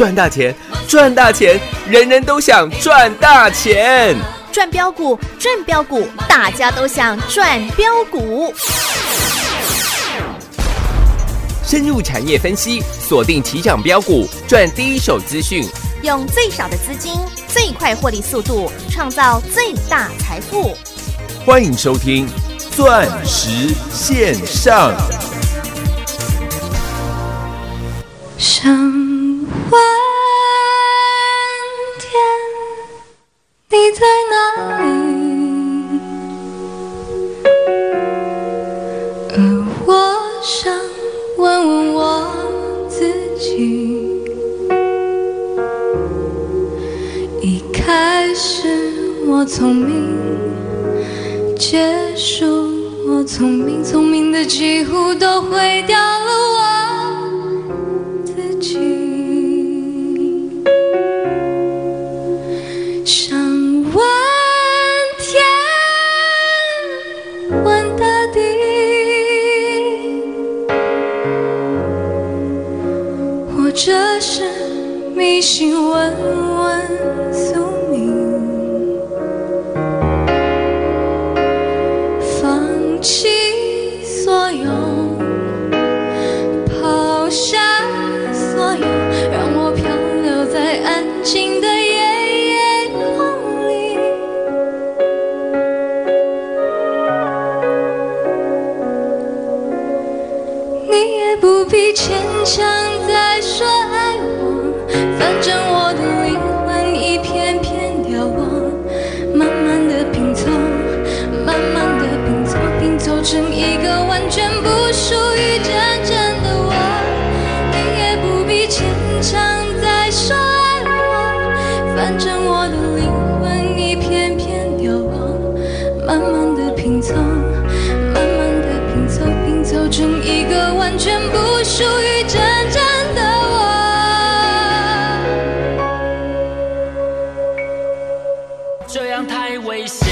赚大钱，赚大钱，人人都想赚大钱。 赚标股，赚标股，大家都想赚标股。 深入产业分析，锁定起涨标股，赚第一手资讯， 用最少的资金，最快获利速度，创造最大财富。 欢迎收听钻石线上。 想问天，你在哪里？而我想问问我自己，一开始我聪明，结束我聪明，聪明的几乎都毁掉了我自己。想问天，问大地，或者是迷信问问宿命，放弃所有，抛下所有，让我漂流在安静的夜光里。你也不必牵强再说爱我，反正我的灵魂一片片凋亡，慢慢的拼凑，慢慢的拼凑，拼凑成一个完全不属于真正的我。你也不必牵强再说爱我，反正我的灵魂一片片凋亡，慢慢的拼凑，慢慢的拼凑，拼凑成一个完全不属于真正的我。 这样太危险，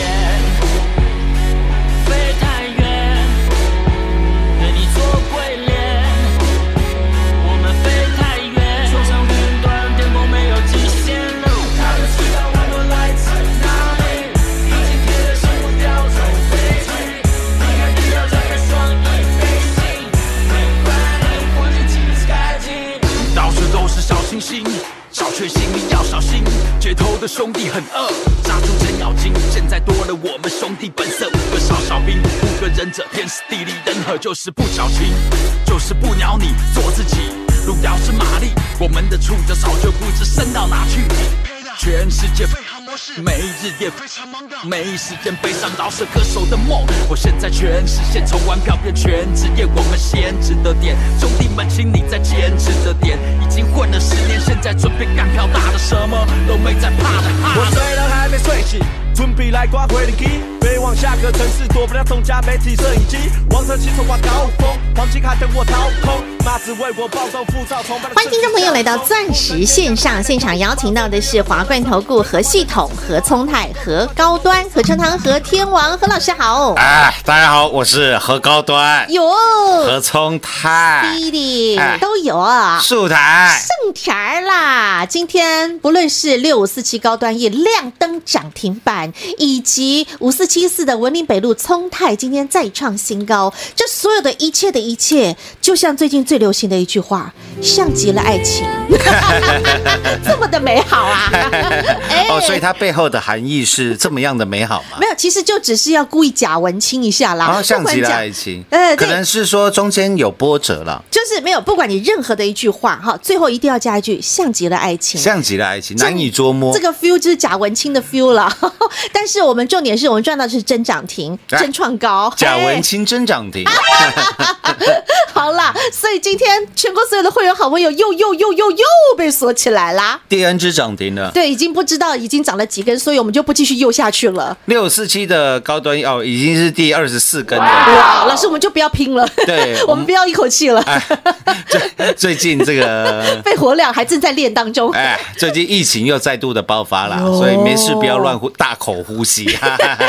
飞太远，对你做鬼脸。我们飞太远，冲上云端，天空没有极限了。他们知道我们来自哪里，已经贴了心不掉走飞去。你看你要张开双翼飞行，没关系，我已经开启。到处都是小星星，小确幸你要小心，街头的兄弟很饿，杀出程咬金。现在多了我们兄弟本色，5个小兵，5个忍者，天时地利人和，就是不矫情，就是不鸟你，做自己。路遥知马力，我们的触角早就不知伸到哪去。全世界每日也非常忙的，没时间悲伤饶舌歌手的梦。我现在全实现，从玩票变全职业，我们先值得点，兄弟们，请你再坚持着点。已经混了10年，现在准备干票大的，什么都没在怕的。 我虽然还没睡醒，准备来刮回灵机，飞往下个城市，躲不了众家媒体摄影机。王者骑手挂高峰，黄金海等我掏空，马子为我暴动浮躁崇拜。 欢迎听众朋友来到钻石线上现场，邀请到的是华冠投顾何系统、何聪泰、何高端、何成堂、何天王。何老师好。 大家好，我是何高端， 有何聪泰， 弟弟都有啊， 树台剩田啦。今天不论是6547高端也亮灯涨停板，以及5474的文林北路聪泰今天再创新高。这所有的一切的一切，就像最近最流行的一句话，像极了爱情。这么的美好啊。 所以它背后的含义是这么样的美好吗？ 没有，其实就只是要故意假文青一下啦。 像极了爱情，可能是说中间有波折了， 就是没有，不管你任何的一句话哈，最后一定要加一句像极了爱情， 像极了爱情，难以捉摸。 这个 feel 就是假文青的 feel 了。但是我们重点是我们赚到的是真涨停，真创高， 假文青真涨停。 好啦，所以今天全国所有的会员好朋友又被锁起来啦， 第 N 只涨停了。 对，已经不知道已经涨了几根，所以我们就不继续又下去了。 6547的高端已经是第24根了。 哇，老师我们就不要拼了， 对， 我们不要一口气了。 最近这个肺活量还正在练当中。 最近疫情又再度的爆发了，所以没事不要乱大口呼吸。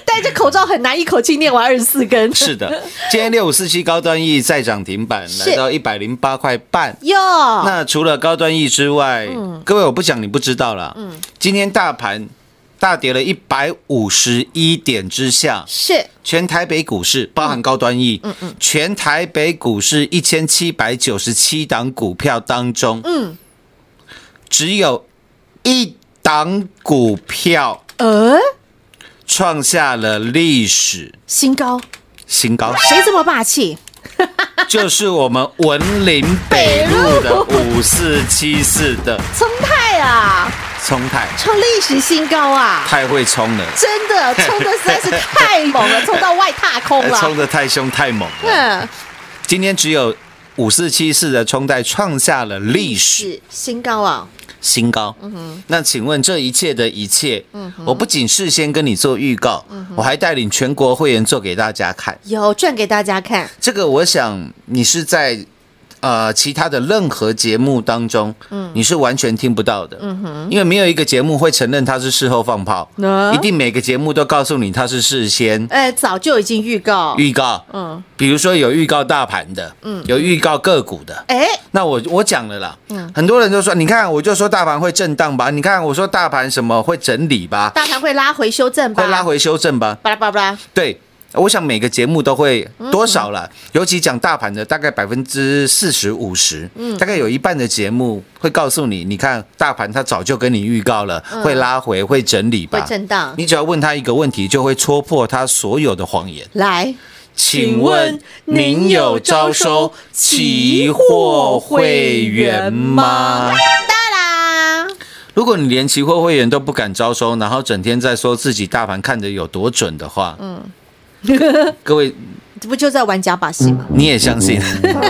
戴着口罩很难一口气念完24根。 是的，今天6547高端 E 再涨停板，来到108块半。 哟， 那除了高端 E 之外，各位我不讲你不知道啦。今天大盘大跌了151点之下， 是全台北股市包含高端 E，全台北股市1797档股票当中，只有一档股票创下了历史新高， 新高， 谁这么霸气？ 就是我们文林北路的5474的聪泰啊， 聪泰， 创历史新高啊！ 太会冲了， 真的冲的实在是太猛了，冲到外踏空了， 冲的太凶太猛了。今天只有5474的聪泰创下了历史新高啊！ 新高，那请问这一切的一切，我不仅事先跟你做预告，我还带领全国会员做给大家看， 有赚给大家看。 这个我想你是在其他的任何节目当中，你是完全听不到的，因为没有一个节目会承认它是事后放炮，一定每个节目都告诉你它是事先， 早就已经预告， 比如说有预告大盘的，有预告个股的，那我讲了啦，很多人都说，你看我就说大盘会震荡吧，你看我说大盘什么会整理吧， 大盘会拉回修正吧， 会拉回修正吧， 巴拉巴拉， 对。我想每个节目都会多少了，尤其讲大盘的，大概40%-50%，大概有一半的节目会告诉你，你看大盘它早就跟你预告了，会拉回，会整理吧， 会震荡。你只要问他一个问题，就会戳破他所有的谎言。 来， 请问您有招收期货会员吗？如果你连期货会员都不敢招收，然后整天在说自己大盘看得有多准的话，各位， 这不就在玩假把戏吗？ 你也相信？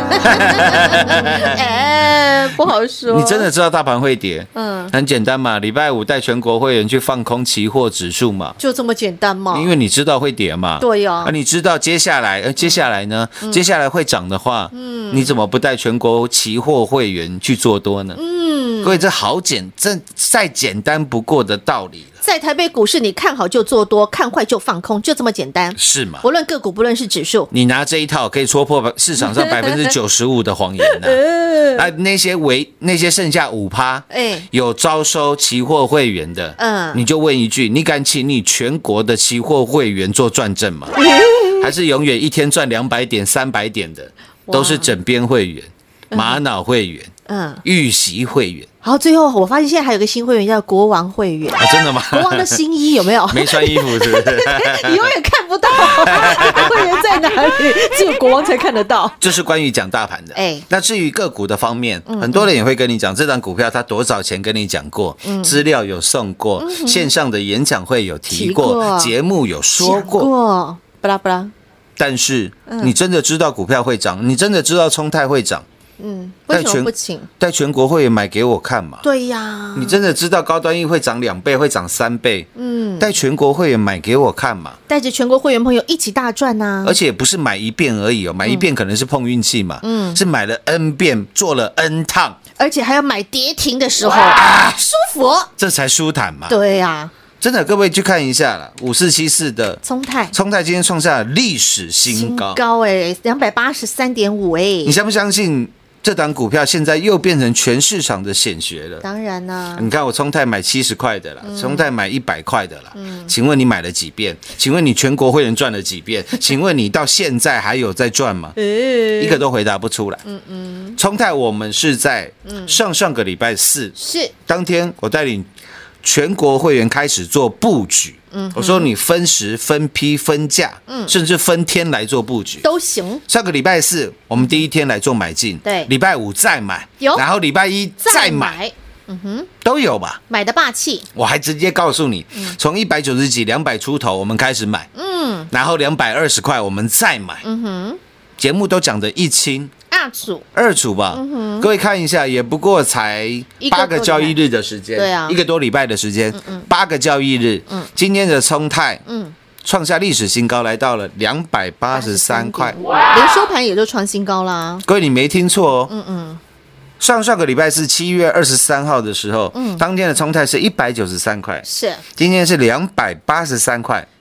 不好说。 你真的知道大盘会跌？很简单嘛，礼拜五带全国会员去放空期货指数嘛， 就这么简单嘛？ 因为你知道会跌嘛。 对呀。 你知道接下来呢？接下来会涨的话，你怎么不带全国期货会员去做多呢？各位，这再简单不过的道理了。 在台北股市，你看好就做多，看坏就放空，就这么简单， 是吗？ 不论个股，不论是指数， 你拿这一套可以戳破市场上95%的谎言呐。那些剩下5%，有招收期货会员的，你就问一句：你敢请你全国的期货会员做转正吗？还是永远一天赚200点、300点的，都是枕边会员、玛瑙会员、玉玺会员？好， 最后我发现现在还有个新会员叫国王会员， 真的吗？ 国王的新衣有没有？ 没穿衣服是不是？ 你永远看不到会员在哪里，只有国王才看得到。 这是关于讲大盘的。那至于个股的方面，很多人也会跟你讲，这档股票他多少钱跟你讲过，资料有送过，线上的演讲会有提过，节目有说过， 不啦不啦。 但是你真的知道股票会涨，你真的知道聪泰会涨？ 为什么不请？ 带全国会员买给我看嘛？ 对呀， 你真的知道高端 E 会涨2倍，会涨3倍？带全国会员买给我看嘛？ 带着全国会员朋友一起大赚呐！ 而且不是买一遍而已哦，买一遍可能是碰运气嘛，是买了 N 遍，做了 N 趟， 而且还要买跌停的时候舒服， 这才舒坦嘛。 对呀。 真的，各位去看一下啦，5474的聪泰今天创下了历史新高 ，283.5 你相不相信这档股票现在又变成全市场的显学了？ 当然啦。 你看我聪泰买70块的啦，聪泰买100块的啦，请问你买了几遍？请问你全国会员赚了几遍？请问你到现在还有在赚吗？一个都回答不出来。聪泰我们是在上个礼拜4 是当天，我带领全国会员开始做布局，我说你分时、分批、分价，甚至分天来做布局都行。 上个礼拜4，我们第一天来做买进， 对， 礼拜5再买，然后礼拜1再买，都有吧？ 买的霸气。我还直接告诉你，从190几、200出头我们开始买，然后220块我们再买，节目都讲得一清二楚吧，各位看一下，也不过才8个交易日的时间， 对啊 ，1个多礼拜的时间，8个交易日，今天的聪泰，创下历史新高，来到了283块， 连收盘也就创新高啦。 各位你没听错哦，上个礼拜是7月23号的时候，当天的聪泰是193块， 是， 今天是283块。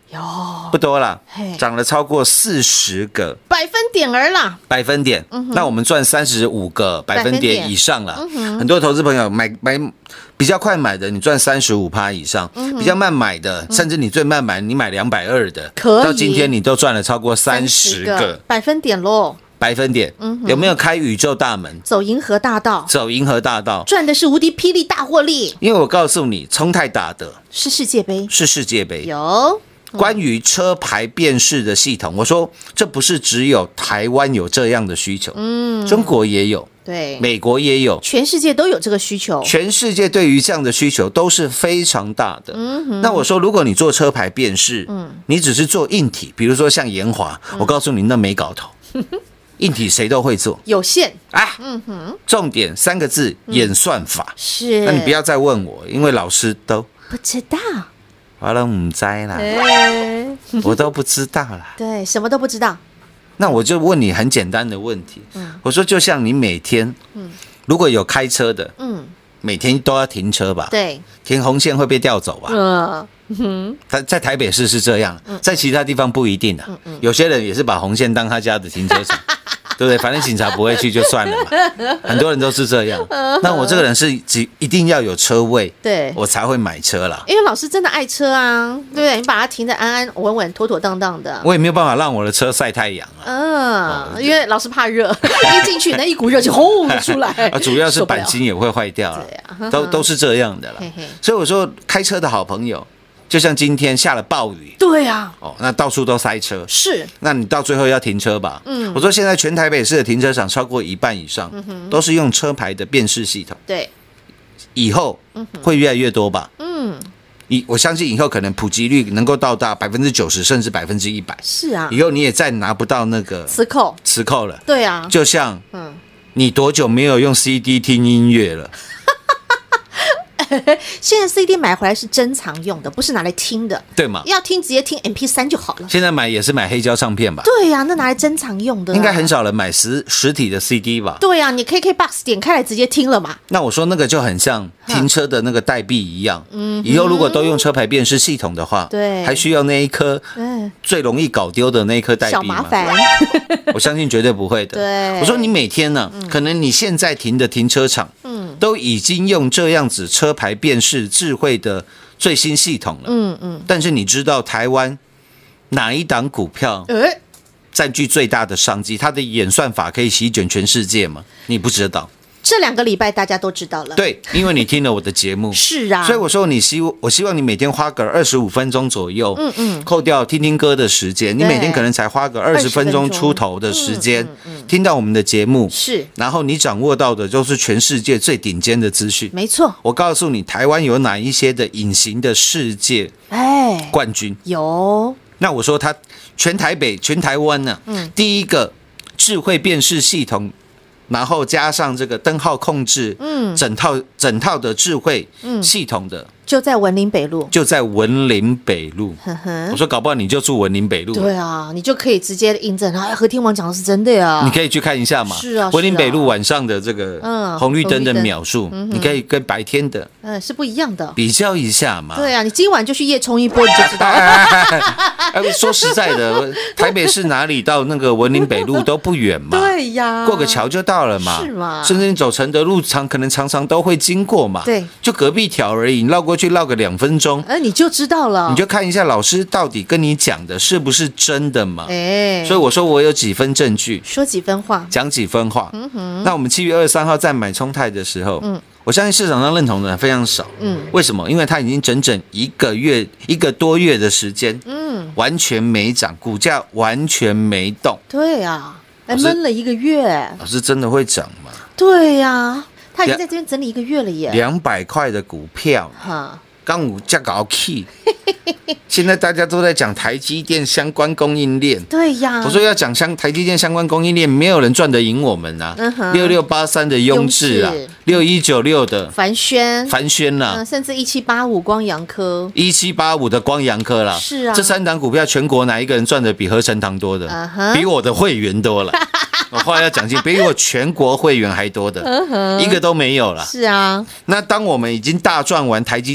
有不多啦，涨了超过40个百分点儿啦， 百分点。那我们赚35个百分点以上了。很多投资朋友买比较快买的，你赚35%以上；比较慢买的，甚至你最慢买，你买220的，到今天你都赚了超过30个百分点咯。 百分点，有没有开宇宙大门？ 走银河大道， 走银河大道， 赚的是无敌霹雳大获利。 因为我告诉你，聪泰打的是世界杯， 是世界杯。 有关于车牌辨识的系统，我说这不是只有台湾有这样的需求，中国也有， 对， 美国也有， 全世界都有这个需求， 全世界对于这样的需求都是非常大的。那我说，如果你做车牌辨识，你只是做硬体，比如说像研华，我告诉你那没搞头。硬体谁都会做， 有限啊。重点3个字：演算法。 是， 那你不要再问我，因为老师都不知道， 我都不知啦，我都不知道啦。 对，什么都不知道。 那我就问你很简单的问题，我说就像你每天，如果有开车的，每天都要停车吧？对，停红线会被调走吧？在台北市是这样，在其他地方不一定啊。有些人也是把红线当他家的停车场。对不对？反正警察不会去就算了嘛。很多人都是这样。那我这个人是一定要有车位，对，我才会买车啦。因为老师真的爱车啊，对不对？你把它停得安安稳稳、妥妥当当的。 我也没有办法让我的车晒太阳啊。 因为老师怕热，一进去那一股热就轰出来。 主要是钣金也会坏掉了，都是这样的啦。所以我说，开车的好朋友。就像今天下了暴雨， 对啊， 那到处都塞车， 是， 那你到最后要停车吧？我说现在全台北市的停车场超过1半以上，都是用车牌的辨识系统，对，以后会越来越多吧？我相信以后可能普及率能够到达90%甚至100%， 是啊， 以后你也再拿不到那个磁扣了， 对啊， 就像你多久没有用 CD 听音乐了？ 现在 CD 买回来是珍藏用的，不是拿来听的， 对吗？ 要听直接听 MP3 就好了。 现在买也是买黑胶唱片吧？ 对呀，那拿来珍藏用的。 应该很少人买实体的 CD 吧？ 对呀，你 KKBOX 点开来直接听了嘛。 那我说那个就很像停车的那个代币一样。以后如果都用车牌辨识系统的话，对，还需要那一颗最容易搞丢的那一颗代币吗？小麻烦。我相信绝对不会的。对，我说你每天呢，可能你现在停的停车场，都已经用这样子车牌辨识智慧的最新系统了。但是你知道台湾哪一档股票占据最大的商机？它的演算法可以席卷全世界吗？你不知道。 这2个礼拜大家都知道了， 对，因为你听了我的节目， 是啊， 所以我说我希望你每天花个25分钟左右，扣掉听听歌的时间，你每天可能才花个20分钟出头的时间，听到我们的节目，是，然后你掌握到的就是全世界最顶尖的资讯， 没错。 我告诉你，台湾有哪一些的隐形的世界冠军？ 有。 那我说它全台北、全台湾呢，第一个智慧辨识系统。然后加上这个灯号控制，整套的智慧系统的， 就在文林北路， 我说搞不好你就住文林北路， 对啊，你就可以直接印证，和天王讲的是真的呀， 你可以去看一下嘛。是啊，文林北路晚上的这个红绿灯的秒数，你可以跟白天的是不一样的， 比较一下嘛。 对啊，你今晚就去夜冲一波，你就知道了。 说实在的，台北市哪里到那个文林北路都不远嘛， 对呀， 过个桥就到了嘛， 是吗？ 甚至你走承德路可能常常都会经过嘛，对，就隔壁条而已，你绕过去绕个2分钟， 你就知道了， 你就看一下老师到底跟你讲的是不是真的嘛？所以我说我有几分证据， 说几分话， 讲几分话。那我们7月23号在买聪泰的时候，我相信市场上认同的人非常少。为什么？因为它已经整整1个多月的时间，完全没涨，股价完全没动。对啊，闷了1个月， 老师真的会涨吗？ 对呀，他已经在这边整理1个月了耶。 200块的股票，刚五价高 key。现在大家都在讲台积电相关供应链，对呀，我说要讲台积电相关供应链，没有人赚得赢我们啊。6683的雍智啊，6196的凡轩啦， 甚至1785光阳科 ，1785的光阳科啦，是啊，这3档股票全国哪一个人赚得比合成堂多的？比我的会员多了。我话要讲清，比我全国会员还多的，一个都没有了。是啊，那当我们已经大赚完台积电相关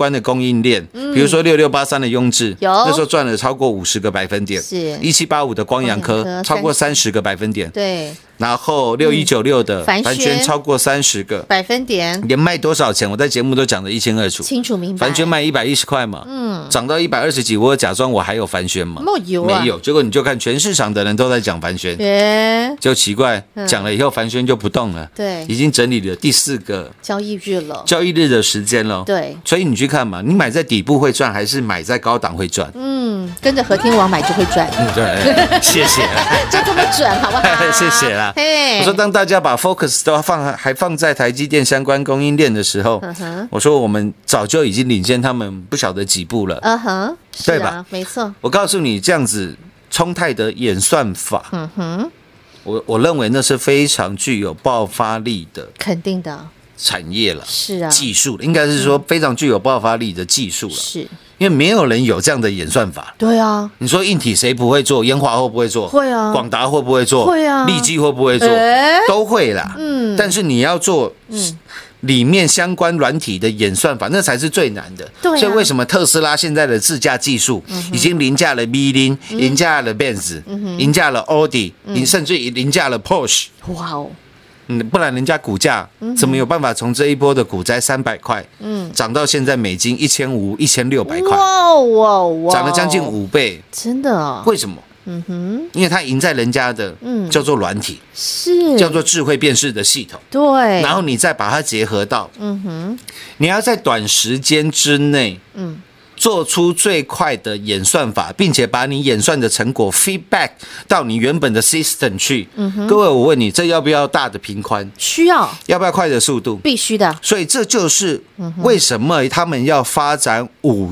关的供应链，比如说6683的雍智， 有那时候赚了超过50个百分点， 是 1785的光阳科超过30个百分点， 对， 然后6196的凡轩超过30个百分点， 连卖多少钱，我在节目都讲得一清二楚， 清楚明白。 凡轩卖110块嘛，涨到120几，我假装我还有凡轩嘛，没有，结果你就看全市场的人都在讲凡轩，就奇怪，讲了以后凡轩就不动了， 对， 已经整理了第4个交易日的时间了， 对，所以你去看嘛，你买在底部会赚，还是买在高档会赚？ 跟着和天王买就会赚， 对，谢谢啦， 就这么准，好不好？ 谢谢啦。我说当大家把 focus 都还放在台积电相关供应链的时候，我说我们早就已经领先他们不晓得几步了，对吧？ 没错。 我告诉你，这样子聪泰的演算法，我认为那是非常具有爆发力的， 肯定的产业了， 是啊， 技术应该是说非常具有爆发力的技术了， 是。 因为没有人有这样的演算法。 对啊， 你说硬体谁不会做？研华会不会做？ 会啊。 广达会不会做？ 会啊。 力基会不会做？都会啦。但是你要做里面相关软体的演算法，那才是最难的。 对啊。 所以为什么特斯拉现在的自驾技术已经凌驾了 Mini，凌驾了 Benz，凌驾了 Audi，甚至凌驾了 Porsche。 哇哦。 不然人家股价怎么有办法从这一波的股灾300块，涨到现在美金1500、1600块，涨了将近5倍， 真的啊？ 为什么？因为它赢在人家的叫做软体， 是叫做智慧辨识的系统， 对， 然后你再把它结合到，你要在短时间之内，做出最快的演算法，并且把你演算的成果 feedback 到你原本的 system 去。各位，我问你，这要不要大的频宽？ 需要。 要不要快的速度？ 必须的。所以这就是为什么他们要发展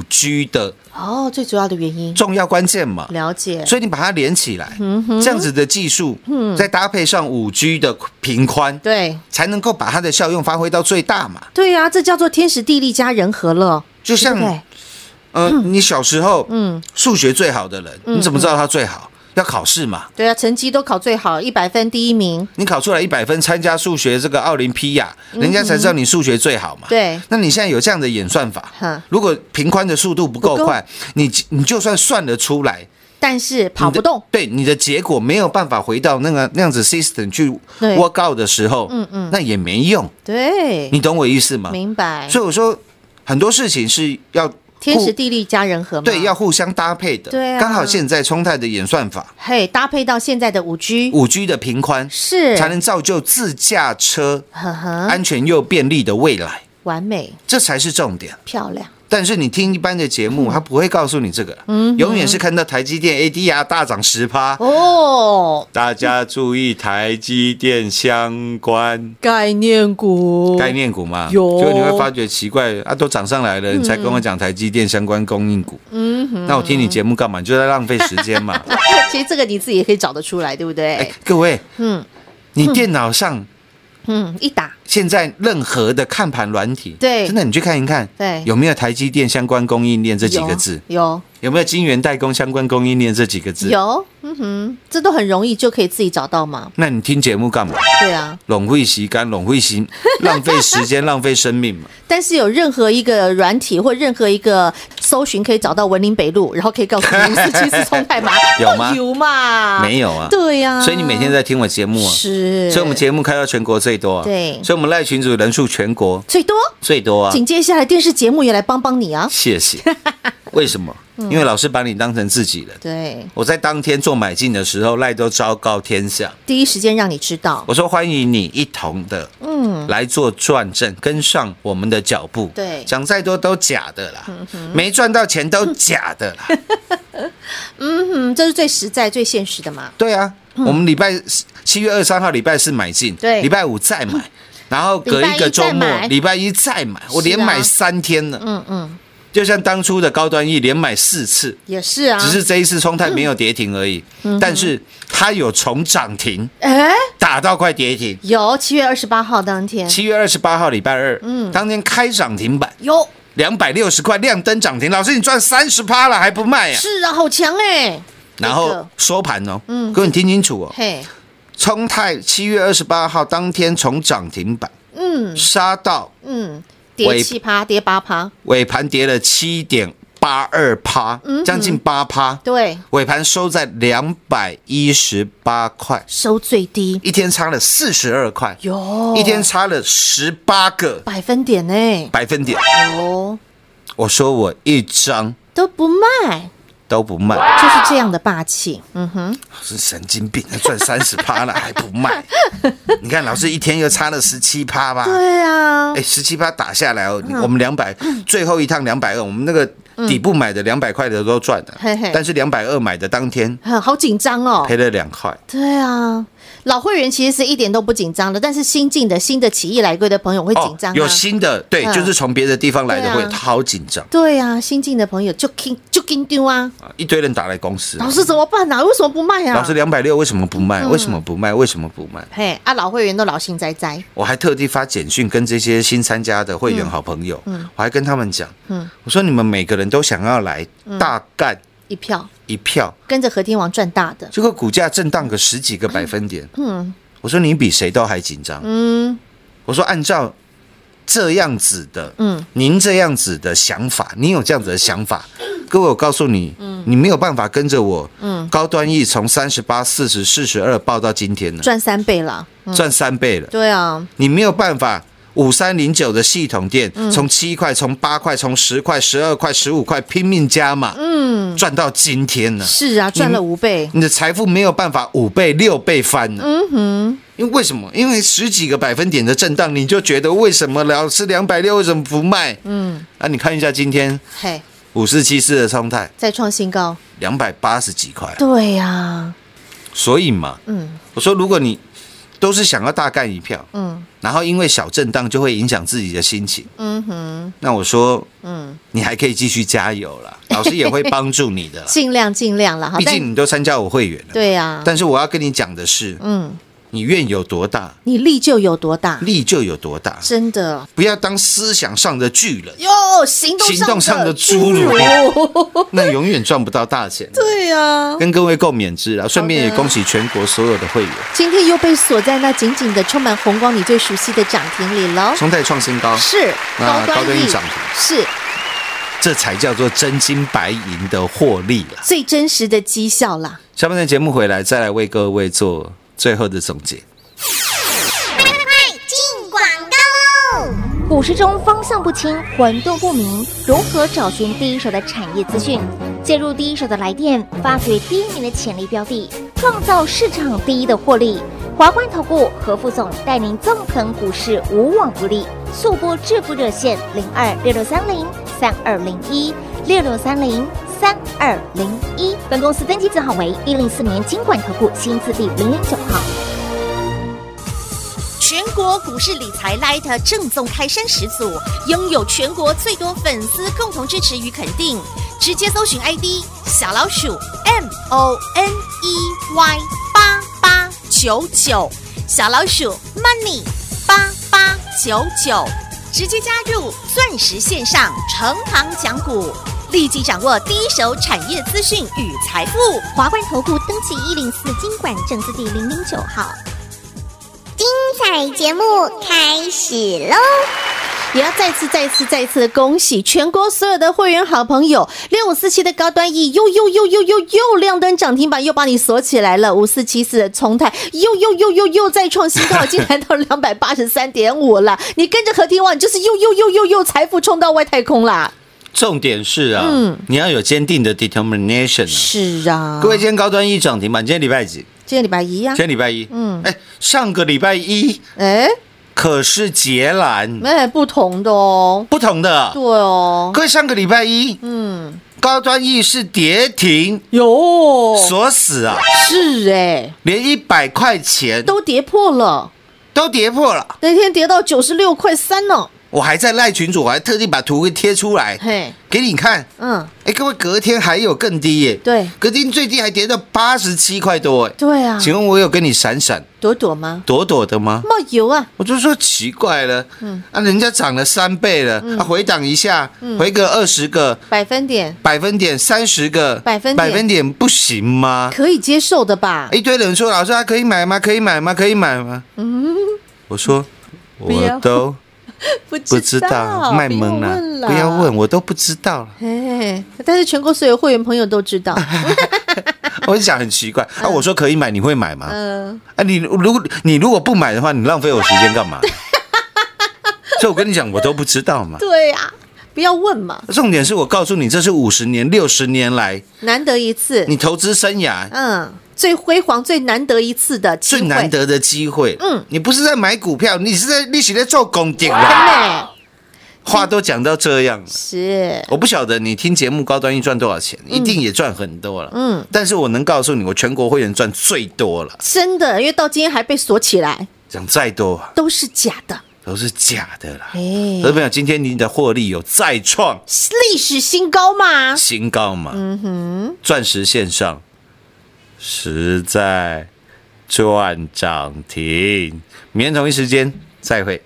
5G 的最主要的原因， 重要关键嘛。 了解。 所以你把它连起来，这样子的技术，再搭配上5G 的频宽， 对， 才能够把它的效用发挥到最大嘛。 对呀，这叫做天时地利加人和了。 就像你小时候，数学最好的人，你怎么知道他最好？要考试嘛。 对啊，成绩都考最好，100分第1名。 你考出来100分，参加数学这个奥林匹亚，人家才知道你数学最好嘛。 对。 那你现在有这样的演算法，如果频宽的速度不够快，你就算算得出来， 但是跑不动， 对你的结果没有办法回到那样子 system 去 work out 的时候，那也没用。 对， 你懂我意思吗？ 明白。 所以我说很多事情是要天时地利加人和嘛， 对，要互相搭配的。 对啊， 刚好现在聪泰的演算法， 搭配到现在的5G 的频宽， 是才能造就自驾车安全又便利的未来， 完美， 这才是重点， 漂亮。 但是你听一般的节目，他不会告诉你这个，永远是看到台积电 ADR 大涨10%。大家注意台积电相关概念股嘛，结果你会发觉奇怪啊，都涨上来了，你才跟我讲台积电相关供应股。那我听你节目干嘛？你就在浪费时间嘛。 其实这个你自己也可以找得出来，对不对？ 各位，你电脑上。 一打， 现在任何的看盘软体， 对， 真的你去看一看， 对， 有没有台积电相关供应链这几个字？有没有晶圆代工相关供应链这几个字？ 有，这都很容易就可以自己找到嘛。 那你听节目干嘛？ 对啊， 浪费时间，浪费时间，浪费生命嘛。 但是有任何一个软体或任何一个搜寻可以找到文林北路，然后可以告诉你5474聪泰吗？ 有吗？ 有嘛？ 没有啊。 对呀， 所以你每天在听我节目啊。 是。 所以我们节目开到全国最多啊。 对。 所以我们赖群组人数全国最多啊。 紧接下来电视节目也来帮你啊。 谢谢。为什么？因为老师把你当成自己人。 对， 我在当天做买进的时候，赖都昭告天下， 第一时间让你知道。我说欢迎你一同的，来做转正，跟上我们的脚步。 对， 讲再多都假的啦，没赚到钱都假的啦。 这是最实在、最现实的嘛。 对啊，我们7月23号礼拜4买进， 对， 礼拜5再买，然后隔一个周末，礼拜1再买，我连买3天了。就像当初的高端E连买4次， 也是啊， 只是这一次聪泰没有跌停而已，但是它有从涨停打到快跌停。 有7月28号当天 ，7月28号礼拜2，当天开涨停板， 有 260块亮灯涨停。老师，你赚30%了还不卖啊？ 是啊，好强哎。 然后收盘哦，各位你听清楚哦，聪泰7月28号当天从涨停板，杀到跌7%，跌8%， 尾盘跌了7.82%，将近8%。对，尾盘收在218块， 收最低， 一天差了42块，一天差了18个百分点呢， 百分点。我说我一张都不卖。就是这样的霸气， 是神经病，赚30%了还不卖？你看老师一天又差了17%吧？ 对啊 ，17%打下来哦，我们200，最后一趟220，我们那个底部买的200块的都赚了，但是220买的当天， 好紧张哦， 赔了2块。 对啊。老会员其实是一点都不紧张的，但是新进的新的起义来归的朋友会紧张。 有新的，对，就是从别的地方来的会，他好紧张。 对啊，新进的朋友就紧丢啊， 一堆人打来公司， 老师怎么办啊？为什么不卖啊？ 老师260为什么不卖？为什么不卖？为什么不卖？ 嘿，老会员都老心哉哉。我还特地发简讯跟这些新参加的会员好朋友，我还跟他们讲，我说你们每个人都想要来大干一票，跟着和天王赚大的， 结果股价震荡个10几个百分点。我说你比谁都还紧张。我说按照这样子的，您这样子的想法，你有这样子的想法，各位我告诉你，你没有办法跟着我，高端 E 从38、40、42报到今天了， 赚3倍了， 赚3倍了。 对啊， 你没有办法。5309的系统店从7块、从8块、从10块、12块、15块拼命加码，赚到今天了。 是啊，赚了5倍。 你的财富没有办法5倍、6倍翻了。因为什么？因为10几个百分点的震荡，你就觉得为什么老师260为什么不卖？你看一下今天5474的聪泰再创新高 ，280几块。 对呀， 所以嘛，我说如果你都是想要大干一票，然后因为小震荡就会影响自己的心情，那我说，你还可以继续加油啦，老师也会帮助你的， 尽量啦， 毕竟你都参加我会员了， 对呀。 但是我要跟你讲的是，你愿有多大， 你力就有多大， 力就有多大， 真的不要当思想上的巨人哟，行动上的侏儒， 那永远赚不到大钱。 对呀， 跟各位共勉之啦，顺便也恭喜全国所有的会员， 今天又被锁在那紧紧的充满红光你最熟悉的涨停里了。 聪泰创新高， 是高端 E 涨停， 是。 这才叫做真金白银的获利啦， 最真实的绩效啦。 下半段节目回来，再来为各位做最后的总结。 快进广告喽！股市中方向不清、混沌不明，如何找寻第一手的产业资讯？介入第一手的来电，发掘第一名的潜力标的，创造市场第一的获利。华冠投顾何副总带领纵横股市，无往不利。速播致富热线02-6630-3201，6630-3201。本公司登记字号为104年金管投顾新字第009号。 全国股市理财 Light 正宗开山始祖，拥有全国最多粉丝共同支持与肯定。直接搜寻 ID 小老鼠 MONEY8899，小老鼠 Money 8899，直接加入钻石线上成行讲股，立即掌握第一手产业资讯与财富。 华冠投顾登记104金管证字第009号。精彩节目开始喽！ 也要再次的恭喜全国所有的会员好朋友，6547的高端 E 又亮灯涨停板，又把你锁起来了。5474的聪泰又再创新高，已经来到283.5了。你跟着和天王，你就是又财富冲到外太空啦。 重点是啊，你要有坚定的 determination。 是啊， 各位，今天高端 E 涨停板，今天礼拜几？ 今天礼拜1呀。 今天礼拜1，上个礼拜1，可是截然不同的哦， 不同的， 对哦。 各位，上个礼拜1，高端 E 是跌停，锁死啊， 是连100块钱都跌破了， 那天跌到96.3块呢。 我还在赖群组，我还特地把图给贴出来，给你看。各位，隔天还有更低耶， 对， 隔天最低还跌到87块多， 对啊。 请问我有跟你闪躲吗？ 躲的吗？ 没有啊， 我就说奇怪了，人家涨了3倍了，回档一下，回个20个百分点 ，30个百分点不行吗？ 可以接受的吧？ 一堆人说老师，可以买吗？可以买吗？我说我都不知道，卖萌了，不要问，我都不知道了。 但是全国所有会员朋友都知道。 我就想很奇怪啊，我说可以买，你会买吗？你如果不买的话，你浪费我时间干嘛？所以我跟你讲，我都不知道嘛。 对啊，不要问嘛。 重点是我告诉你，这是50年、60年来难得一次， 你投资生涯， 最辉煌、最难得一次的机会， 最难得的机会。你不是在买股票，你是在做功德啦。话都讲到这样了， 是我不晓得你听节目高端1赚多少钱，一定也赚很多了。但是我能告诉你，我全国会员赚最多了， 真的，因为到今天还被锁起来， 讲再多都是假的。 都是假的啦，投资朋友，今天你的获利有再创历史新高吗？ 新高嘛，钻石线上实在赚涨停，明天同一时间再会。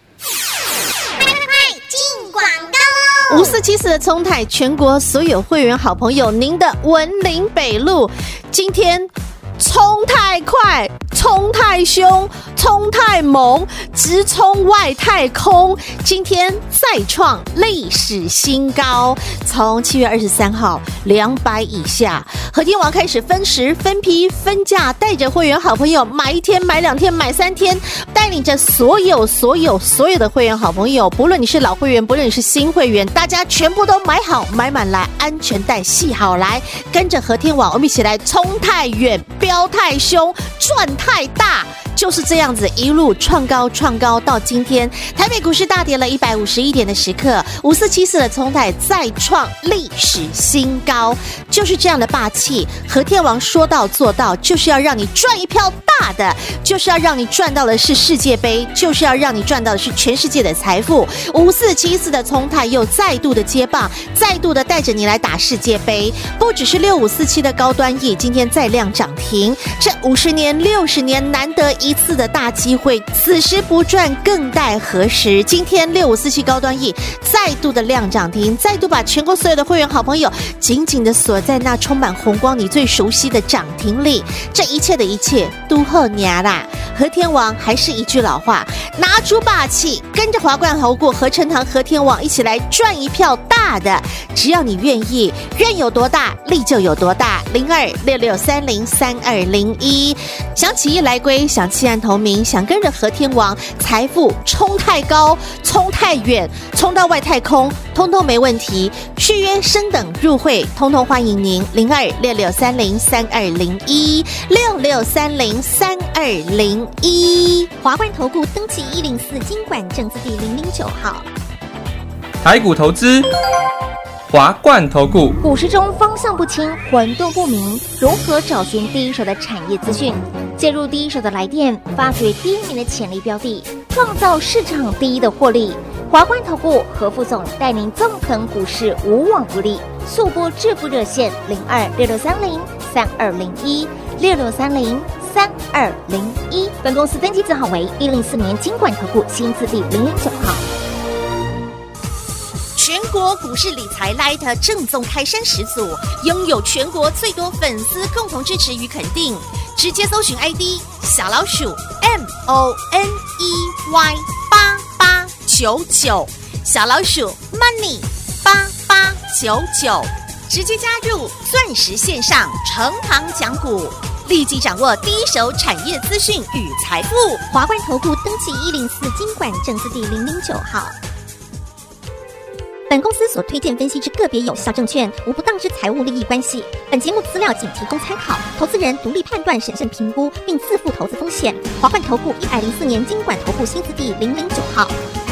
5474的聪泰，全国所有会员好朋友，您的文林北路今天冲太快，冲太凶，冲太猛，直冲外太空，今天再创历史新高。从7月23号200以下，和天王开始分时、分批、分价，带着会员好朋友买1天、买2天、买3天，带领着所有的会员好朋友，不论你是老会员，不论你是新会员，大家全部都买好买满来，安全带系好来，跟着和天王，我们一起来冲太远，飙太凶，赚太大。就是这样子一路创高到今天，台北股市大跌了151点的时刻，5474的聪泰再创历史新高，就是这样的霸气。和天王说到做到，就是要让你赚一票大的，就是要让你赚到的是世界杯，就是要让你赚到的是全世界的财富。5474的聪泰又再度的接棒，再度的带着你来打世界杯。不只是6547的高端 E 今天再亮涨停，这50年60年难得一次的大机会，此时不赚更待何时？今天6547高端 E 再度的亮涨停，再度把全国所有的会员好朋友紧紧的锁在那充满红光你最熟悉的涨停里。这一切的一切都后年啦。和天王还是一句老话，拿出霸气，跟着华冠投顾何成堂和天王一起来赚一票大的。只要你愿意，愿有多大力就有多大。0266303201，想起义来归，想弃暗投明，想跟着和天王财富冲太高，冲太远，冲到外太空，通通没问题。续约升等入会，通通欢迎您。0266303201 66303201。 华冠投顾登记104金管证字第009号。 台股投资，华冠投顾。 股市中方向不清、混沌不明，如何找寻第一手的产业资讯？介入第一手的来电，发掘第一名的潜力标的，创造市场第一的获利。华冠投顾何副总带领纵横股市，无往不利。速播致富热线0266303201 66303201。本公司登记字号为104年金管投顾新字第009号。 全国股市理财 Light 正宗开山始祖，拥有全国最多粉丝共同支持与肯定。直接搜寻 ID 小老鼠 MONEY8899， 小老鼠 Money 8899，直接加入钻石线上成行讲股，立即掌握第一手产业资讯与财富。 华冠投顾登记104金管证字第009号。本公司所推荐分析之个别有效证券，无不当之财务利益关系。本节目资料仅提供参考，投资人独立判断、审慎评估，并自负投资风险。华冠投顾104年金管投顾新字第009号。